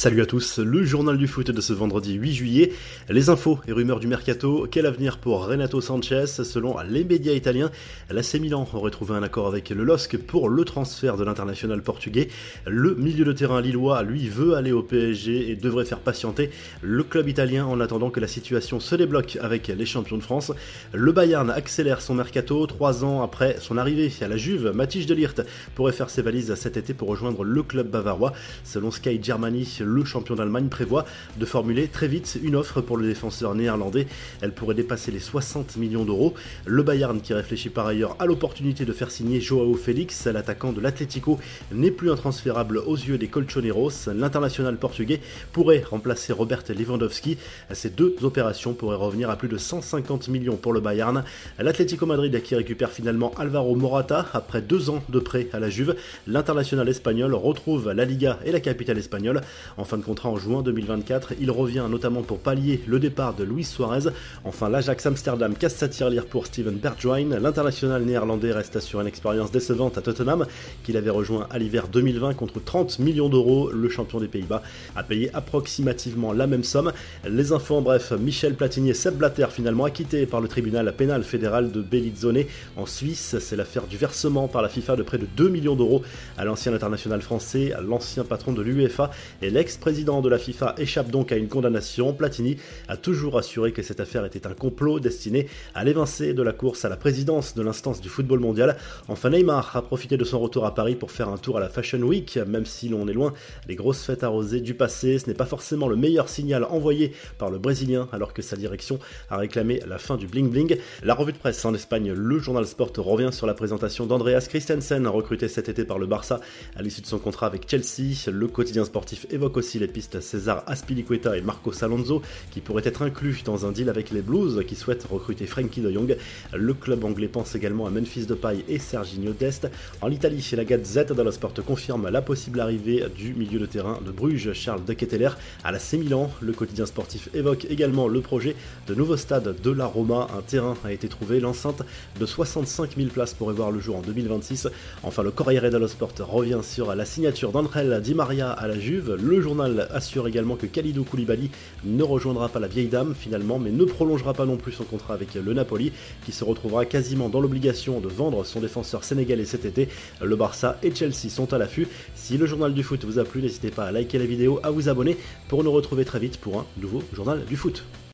Salut à tous, le journal du foot de ce vendredi 8 juillet. Les infos et rumeurs du mercato. Quel avenir pour Renato Sanchez? Selon les médias italiens, l'AC Milan aurait trouvé un accord avec le LOSC pour le transfert de l'international portugais. Le milieu de terrain lillois, lui, veut aller au PSG et devrait faire patienter le club italien en attendant que la situation se débloque avec les champions de France. Le Bayern accélère son mercato. 3 ans après son arrivée à la Juve, Matthijs de Ligt pourrait faire ses valises cet été pour rejoindre le club bavarois. Selon Sky Germany, le champion d'Allemagne prévoit de formuler très vite une offre pour le défenseur néerlandais. Elle pourrait dépasser les 60 millions d'euros. Le Bayern, qui réfléchit par ailleurs à l'opportunité de faire signer Joao Félix, l'attaquant de l'Atlético, n'est plus intransférable aux yeux des Colchoneros. L'international portugais pourrait remplacer Robert Lewandowski. Ces deux opérations pourraient revenir à plus de 150 millions pour le Bayern. L'Atlético Madrid, qui récupère finalement Alvaro Morata après 2 ans de prêt à la Juve. L'international espagnol retrouve la Liga et la capitale espagnole. En fin de contrat en juin 2024, il revient notamment pour pallier le départ de Luis Suarez. Enfin, l'Ajax Amsterdam casse sa tirelire pour Steven Bergwijn. L'international néerlandais reste sur une expérience décevante à Tottenham, qu'il avait rejoint à l'hiver 2020 contre 30 millions d'euros. Le champion des Pays-Bas a payé approximativement la même somme. Les infos en bref, Michel Platini et Sepp Blatter finalement acquittés par le tribunal pénal fédéral de Bellinzone en Suisse. C'est l'affaire du versement par la FIFA de près de 2 millions d'euros à l'ancien international français, à l'ancien patron de l'UEFA et l'ex-président de la FIFA échappe donc à une condamnation. Platini a toujours assuré que cette affaire était un complot destiné à l'évincer de la course à la présidence de l'instance du football mondial. Enfin, Neymar a profité de son retour à Paris pour faire un tour à la Fashion Week. Même si l'on est loin des grosses fêtes arrosées du passé, ce n'est pas forcément le meilleur signal envoyé par le Brésilien alors que sa direction a réclamé la fin du bling-bling. La revue de presse en Espagne, le Journal Sport, revient sur la présentation d'Andreas Christensen, recruté cet été par le Barça à l'issue de son contrat avec Chelsea. Le quotidien sportif évoque aussi les pistes César Azpilicueta et Marcos Alonso qui pourraient être inclus dans un deal avec les Blues qui souhaitent recruter Frenkie de Jong. Le club anglais pense également à Memphis Depay et Serginho Dest. En Italie, la Gazette dello Sport confirme la possible arrivée du milieu de terrain de Bruges, Charles de Ketteler, à l'AC Milan. Le quotidien sportif évoque également le projet de nouveau stade de la Roma. Un terrain a été trouvé, l'enceinte de 65 000 places pourrait voir le jour en 2026. Enfin, le Corriere dello Sport revient sur la signature d'André Di Maria à la Juve. Le journal assure également que Kalidou Koulibaly ne rejoindra pas la vieille dame finalement, mais ne prolongera pas non plus son contrat avec le Napoli, qui se retrouvera quasiment dans l'obligation de vendre son défenseur sénégalais cet été. Le Barça et Chelsea sont à l'affût. Si le journal du foot vous a plu, n'hésitez pas à liker la vidéo, à vous abonner pour nous retrouver très vite pour un nouveau journal du foot.